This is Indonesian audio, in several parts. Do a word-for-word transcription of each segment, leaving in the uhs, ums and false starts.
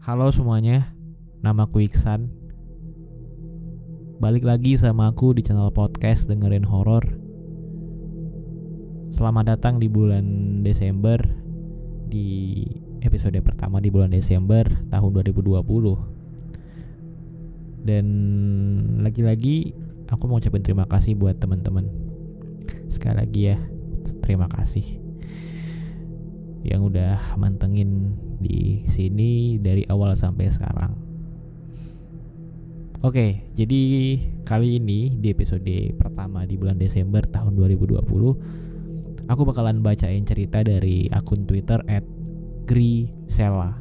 Halo semuanya, namaku Iksan. Balik lagi sama aku di channel podcast Dengerin Horor. Selamat datang di bulan Desember, di episode pertama di bulan Desember tahun dua ribu dua puluh. Dan lagi-lagi aku mau ucapin terima kasih buat teman-teman. Sekali lagi ya, terima kasih yang udah mantengin di sini dari awal sampai sekarang. Oke, jadi kali ini di episode pertama di bulan Desember tahun dua ribu dua puluh, aku bakalan bacain cerita dari akun Twitter et grisela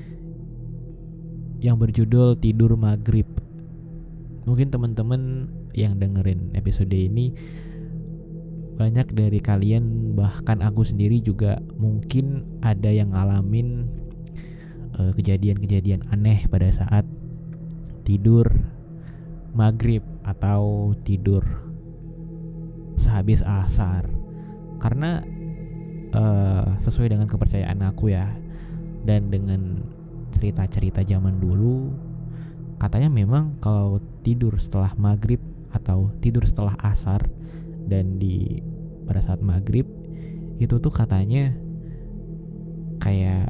yang berjudul Tidur Maghrib. Mungkin teman-teman yang dengerin episode ini, banyak dari kalian, bahkan aku sendiri juga mungkin ada yang ngalamin uh, kejadian-kejadian aneh pada saat tidur maghrib atau tidur sehabis asar. Karena uh, sesuai dengan kepercayaan aku ya, dan dengan cerita-cerita zaman dulu, katanya memang kalau tidur setelah maghrib atau tidur setelah asar dan di pada saat maghrib itu tuh katanya kayak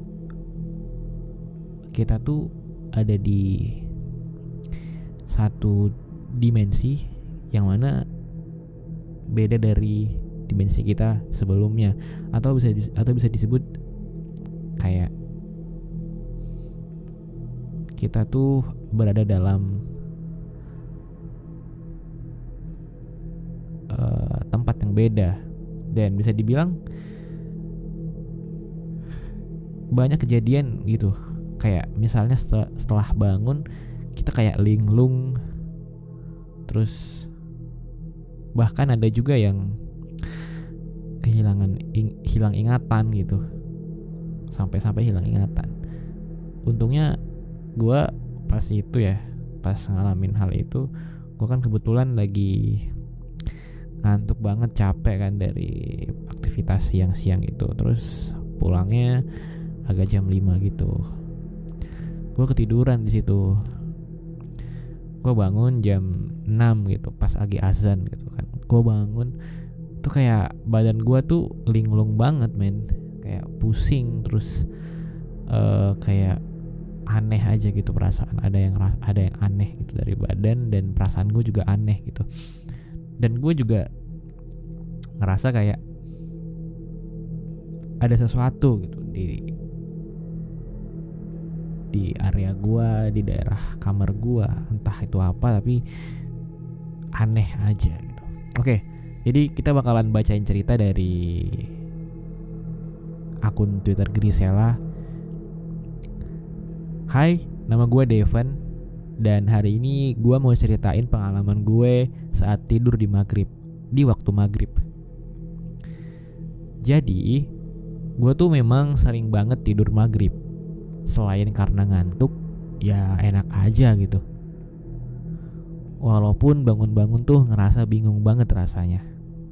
kita tuh ada di satu dimensi yang mana beda dari dimensi kita sebelumnya, atau bisa atau bisa disebut kayak kita tuh berada dalam uh, tempat yang beda, dan bisa dibilang banyak kejadian gitu. Kayak misalnya setelah, setelah bangun kita kayak linglung, terus bahkan ada juga yang kehilangan ing, hilang ingatan gitu, sampai-sampai hilang ingatan. Untungnya gue pas itu ya, pas ngalamin hal itu, gue kan kebetulan lagi ngantuk banget, capek kan dari aktivitas siang-siang itu. Terus pulangnya agak jam lima gitu. Gue ketiduran di situ. Gue bangun jam enam gitu, pas lagi azan gitu kan. Gue bangun tuh kayak badan gue tuh linglung banget men, kayak pusing, terus uh, kayak aneh aja gitu perasaan. Ada yang ada yang aneh gitu dari badan, dan perasaan gue juga aneh gitu. Dan gue juga ngerasa kayak ada sesuatu gitu di di area gue, di daerah kamar gue, entah itu apa, tapi aneh aja gitu. Oke, jadi kita bakalan bacain cerita dari akun Twitter Grisela. Hai, nama gue Devon, dan hari ini gue mau ceritain pengalaman gue saat tidur di maghrib, di waktu maghrib. Jadi, gue tuh memang sering banget tidur maghrib. Selain karena ngantuk, ya enak aja gitu. Walaupun bangun-bangun tuh ngerasa bingung banget rasanya.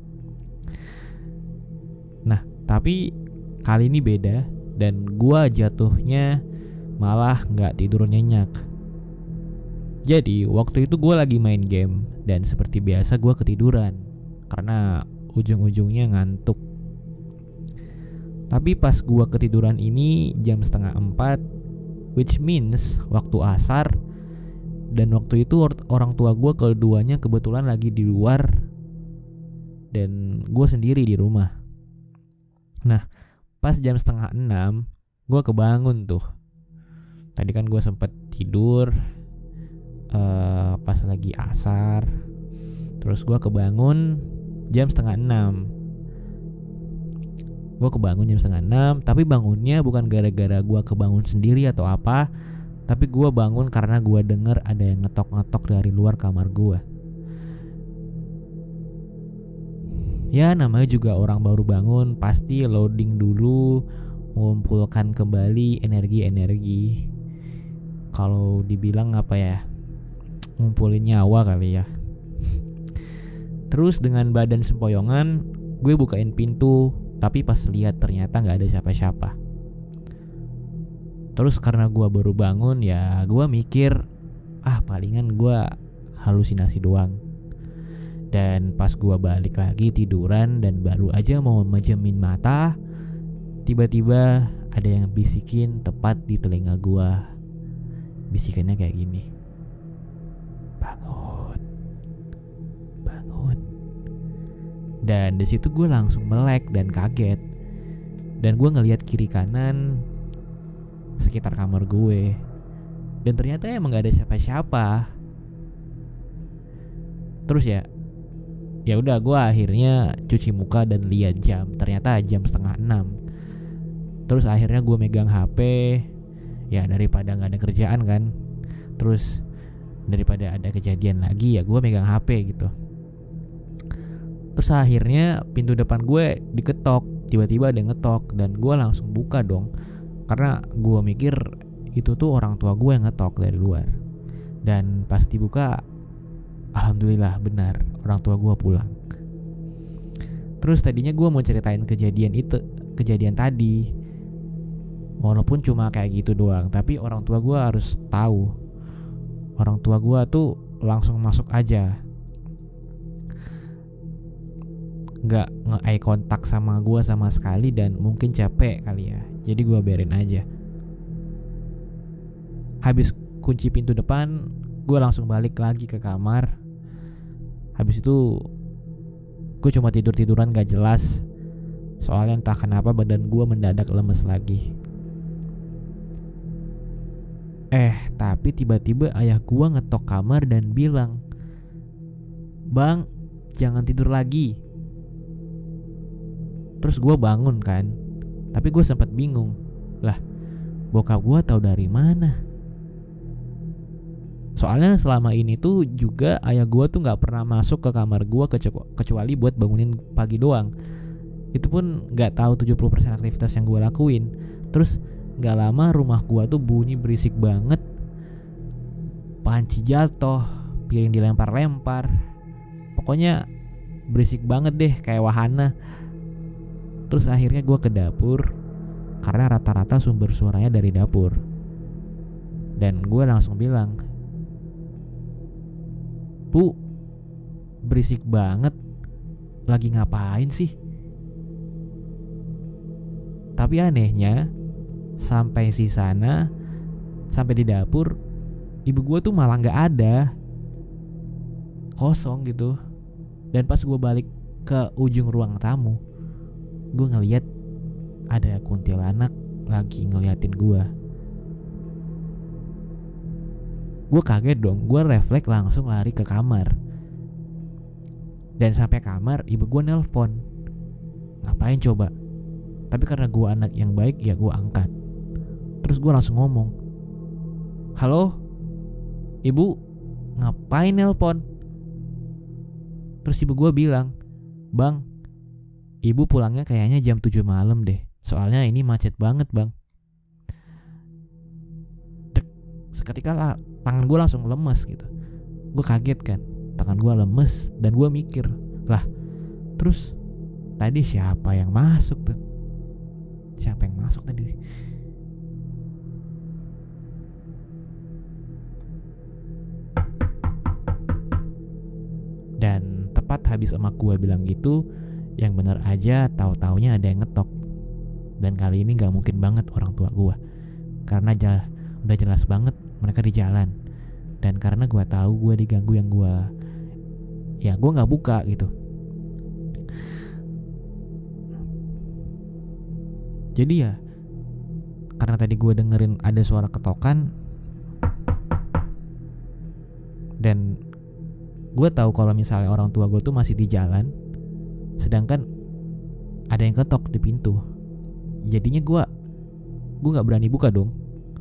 Nah, tapi kali ini beda, dan gue jatuhnya malah gak tidur nyenyak. Jadi waktu itu gue lagi main game, dan seperti biasa gue ketiduran karena ujung-ujungnya ngantuk. Tapi pas gue ketiduran ini jam setengah empat, which means waktu asar. Dan waktu itu orang tua gue keduanya kebetulan lagi di luar, dan gue sendiri di rumah. Nah, pas jam setengah enam gue kebangun tuh. Tadi kan gue sempet tidur uh, pas lagi asar. Terus gue kebangun jam setengah enam. Gue kebangun jam setengah enam, tapi bangunnya bukan gara-gara gue kebangun sendiri atau apa, tapi gue bangun karena gue denger ada yang ngetok-ngetok dari luar kamar gue. Ya namanya juga orang baru bangun, pasti loading dulu, mengumpulkan kembali energi-energi. Kalau dibilang apa ya, ngumpulin nyawa kali ya. Terus dengan badan sempoyongan, gue bukain pintu. Tapi pas lihat ternyata gak ada siapa-siapa. Terus karena gue baru bangun, ya gue mikir, ah palingan gue halusinasi doang. Dan pas gue balik lagi tiduran dan baru aja mau mejemin mata, tiba-tiba ada yang bisikin tepat di telinga gue. Bisikannya kayak gini, bangun, bangun. Dan di situ gue langsung melek dan kaget. Dan gue ngelihat kiri kanan sekitar kamar gue, dan ternyata emang gak ada siapa-siapa. Terus ya, ya udah gue akhirnya cuci muka dan lihat jam. Ternyata jam setengah enam. Terus akhirnya gue megang H P. Ya daripada nggak ada kerjaan kan, terus daripada ada kejadian lagi, ya gue megang H P gitu. Terus akhirnya pintu depan gue diketok. Tiba-tiba ada yang ngetok dan gue langsung buka dong, karena gue mikir itu tuh orang tua gue yang ngetok dari luar. Dan pas dibuka, alhamdulillah benar, orang tua gue pulang. Terus tadinya gue mau ceritain kejadian itu, kejadian tadi, walaupun cuma kayak gitu doang, tapi orang tua gue harus tahu. Orang tua gue tuh langsung masuk aja, nggak nge-eye kontak sama gue sama sekali, dan mungkin capek kali ya, jadi gue biarin aja. Habis kunci pintu depan, gue langsung balik lagi ke kamar. Habis itu gue cuma tidur-tiduran gak jelas, soalnya entah kenapa badan gue mendadak lemes lagi. Eh tapi tiba-tiba ayah gue ngetok kamar dan bilang, "Bang, jangan tidur lagi." Terus gue bangun kan, tapi gue sempat bingung, lah bokap gue tahu dari mana? Soalnya selama ini tuh juga ayah gue tuh nggak pernah masuk ke kamar gue kecuali buat bangunin pagi doang. Itu pun nggak tahu tujuh puluh persen aktivitas yang gue lakuin. Terus nggak lama rumah gue tuh bunyi berisik banget, panci jatuh, piring dilempar-lempar, pokoknya berisik banget deh kayak wahana. Terus akhirnya gue ke dapur, karena rata-rata sumber suaranya dari dapur. Dan gue langsung bilang, "Bu, berisik banget, lagi ngapain sih?" Tapi anehnya, sampai si sana, sampai di dapur, ibu gue tuh malah gak ada, kosong gitu. Dan pas gue balik ke ujung ruang tamu, gue ngeliat ada kuntilanak lagi ngeliatin gue. Gue kaget dong, gue refleks langsung lari ke kamar. Dan sampai kamar, ibu gue nelpon. Ngapain coba? Tapi karena gue anak yang baik, ya gue angkat. Terus gue langsung ngomong, "Halo, ibu, ngapain nelpon?" Terus ibu gue bilang, "Bang, ibu pulangnya kayaknya jam tujuh malam deh. Soalnya ini macet banget, Bang." Dek, seketika lah, tangan gue langsung lemes gitu. Gue kaget kan, tangan gue lemes, dan gue mikir, lah terus tadi siapa yang masuk tuh? Siapa yang masuk tadi? Dan tepat habis emak gue bilang gitu, yang bener aja tahu-taunya ada yang ngetok. Dan kali ini gak mungkin banget orang tua gue, karena jah, udah jelas banget mereka di jalan. Dan karena gue tahu gue diganggu, yang gue ya gue gak buka gitu. Jadi ya, karena tadi gue dengerin ada suara ketokan, dan gue tahu kalau misalnya orang tua gue tuh masih di jalan, sedangkan ada yang ketok di pintu. Jadinya gue gue nggak berani buka dong.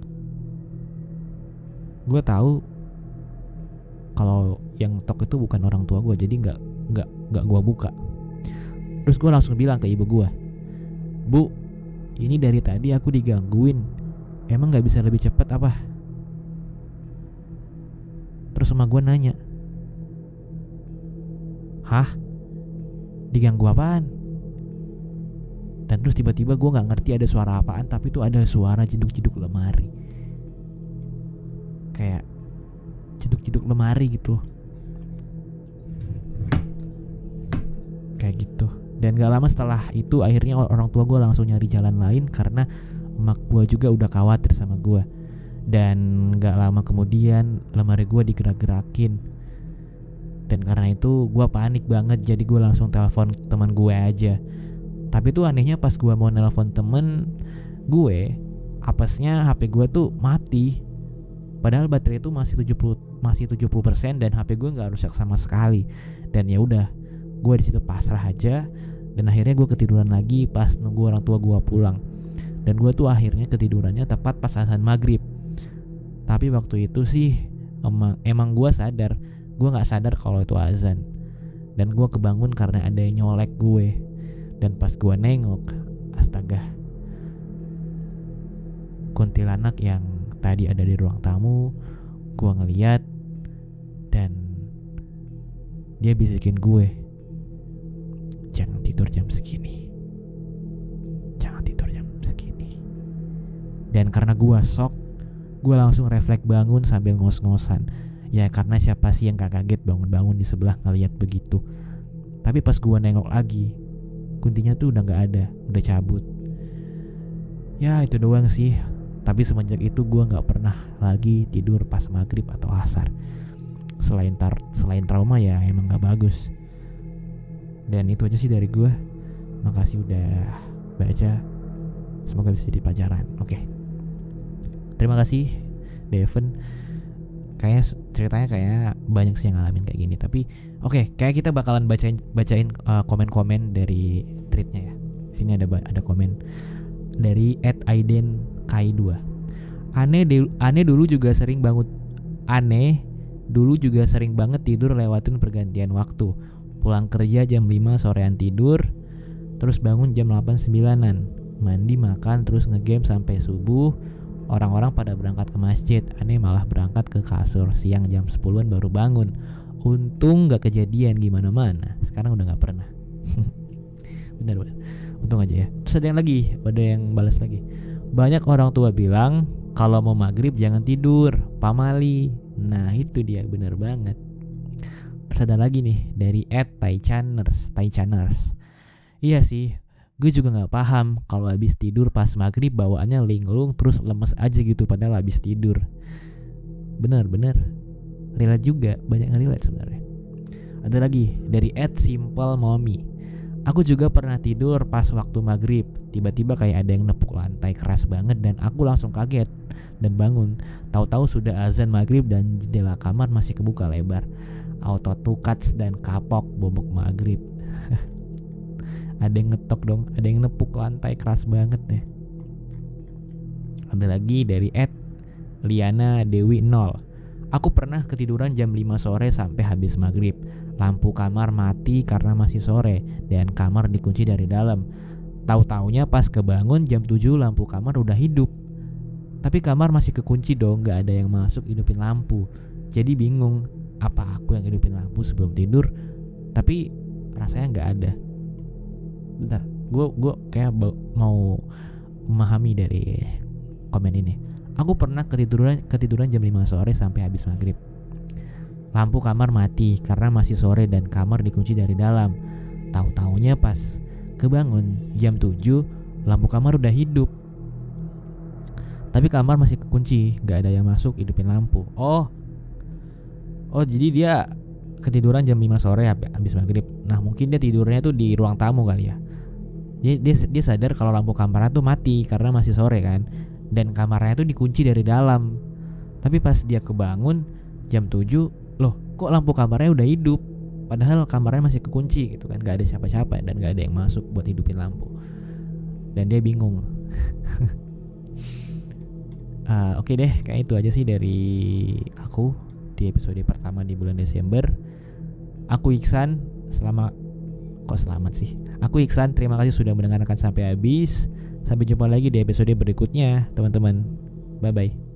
Gue tahu kalau yang ketok itu bukan orang tua gue, jadi nggak nggak nggak gue buka. Terus gue langsung bilang ke ibu gue, "Bu, ini dari tadi aku digangguin, emang nggak bisa lebih cepat apa?" Terus emak gue nanya, "Hah? Diganggu apaan?" Dan terus tiba-tiba gue gak ngerti ada suara apaan, tapi tuh ada suara jeduk-jeduk lemari. Kayak jeduk-jeduk lemari gitu. Kayak gitu. Dan gak lama setelah itu akhirnya orang tua gue langsung nyari jalan lain, karena emak gue juga udah khawatir sama gue. Dan gak lama kemudian lemari gue digerak-gerakin. Dan karena itu gue panik banget, jadi gue langsung telepon teman gue aja. Tapi tuh anehnya pas gue mau nelpon temen gue, apesnya H P gue tuh mati. Padahal baterai itu masih tujuh puluh masih tujuh puluh persen dan H P gue nggak rusak sama sekali. Dan ya udah, gue di situ pasrah aja. Dan akhirnya gue ketiduran lagi pas nunggu orang tua gue pulang. Dan gue tuh akhirnya ketidurannya tepat pas azan maghrib. Tapi waktu itu sih emang emang gue sadar, gue nggak sadar kalau itu azan. Dan gue kebangun karena ada yang nyolek gue. Dan pas gue nengok, astaga, kuntilanak yang tadi ada di ruang tamu, gue ngeliat dan dia bisikin gue, jangan tidur jam segini, jangan tidur jam segini. Dan karena gue shock, gue langsung refleks bangun sambil ngos-ngosan. Ya karena siapa sih yang gak kaget bangun-bangun di sebelah ngeliat begitu. Tapi pas gue nengok lagi, kuntinya tuh udah gak ada, udah cabut. Ya itu doang sih. Tapi semenjak itu gue gak pernah lagi tidur pas maghrib atau asar. Selain tar, selain trauma ya emang gak bagus. Dan itu aja sih dari gue. Makasih udah baca. Semoga bisa jadi pelajaran. Oke, terima kasih Devon. Kayaknya ceritanya kayak banyak sih yang ngalamin kayak gini. Tapi oke, okay, kayak kita bakalan bacain bacain uh, komen-komen dari tweetnya ya. Sini ada ada komen dari et aiden kai dua. Aneh de, aneh dulu juga sering bangun aneh dulu juga sering banget tidur lewatin pergantian waktu. Pulang kerja jam lima sorean tidur, terus bangun jam delapan sembilanan, mandi makan terus ngegame sampai subuh. Orang-orang pada berangkat ke masjid, aneh malah berangkat ke kasur siang jam sepuluhan baru bangun. Untung gak kejadian gimana-mana. Sekarang udah gak pernah. Bener-bener, untung aja ya. Terus ada yang lagi, ada yang balas lagi. Banyak orang tua bilang kalau mau maghrib jangan tidur, pamali. Nah itu dia, bener banget. Terus ada lagi nih dari et taichaners taichaners. Iya sih, gue juga gak paham kalau habis tidur pas maghrib bawaannya linglung terus lemes aja gitu padahal habis tidur. Bener-bener relate juga, banyak yang relate sebenarnya. Ada lagi dari et simple mommy. Aku juga pernah tidur pas waktu maghrib. Tiba-tiba kayak ada yang nepuk lantai keras banget dan aku langsung kaget dan bangun. Tahu-tahu sudah azan maghrib dan jendela kamar masih kebuka lebar. Auto tukats dan kapok bobok maghrib. Ada yang ngetok dong, ada yang nepuk lantai keras banget deh. Ada lagi dari et Liana Dewi nol. Aku pernah ketiduran jam lima sore sampai habis maghrib. Lampu kamar mati karena masih sore dan kamar dikunci dari dalam. Tahu-taunya pas kebangun jam tujuh lampu kamar udah hidup. Tapi kamar masih kekunci dong, gak ada yang masuk hidupin lampu. Jadi bingung, apa aku yang hidupin lampu sebelum tidur? Tapi rasanya gak ada. Bentar, gue gue kayak mau memahami dari komen ini. Aku pernah ketiduran ketiduran jam lima sore sampai habis maghrib. Lampu kamar mati karena masih sore dan kamar dikunci dari dalam. Tahu-taunya pas kebangun jam tujuh lampu kamar udah hidup. Tapi kamar masih kekunci, gak ada yang masuk hidupin lampu. Oh, oh jadi dia ketiduran jam lima sore habis maghrib. Nah mungkin dia tidurnya tuh di ruang tamu kali ya. Dia, dia, dia sadar kalau lampu kamarnya tuh mati karena masih sore kan. Dan kamarnya tuh dikunci dari dalam. Tapi pas dia kebangun jam tujuh, loh kok lampu kamarnya udah hidup, padahal kamarnya masih kekunci gitu kan, gak ada siapa-siapa dan gak ada yang masuk buat hidupin lampu. Dan dia bingung. uh, Oke okay deh, kayak itu aja sih dari aku di episode pertama di bulan Desember. Aku Iksan, selama kok selamat sih. Aku Iksan, terima kasih sudah mendengarkan sampai habis. Sampai jumpa lagi di episode berikutnya, teman-teman. Bye bye.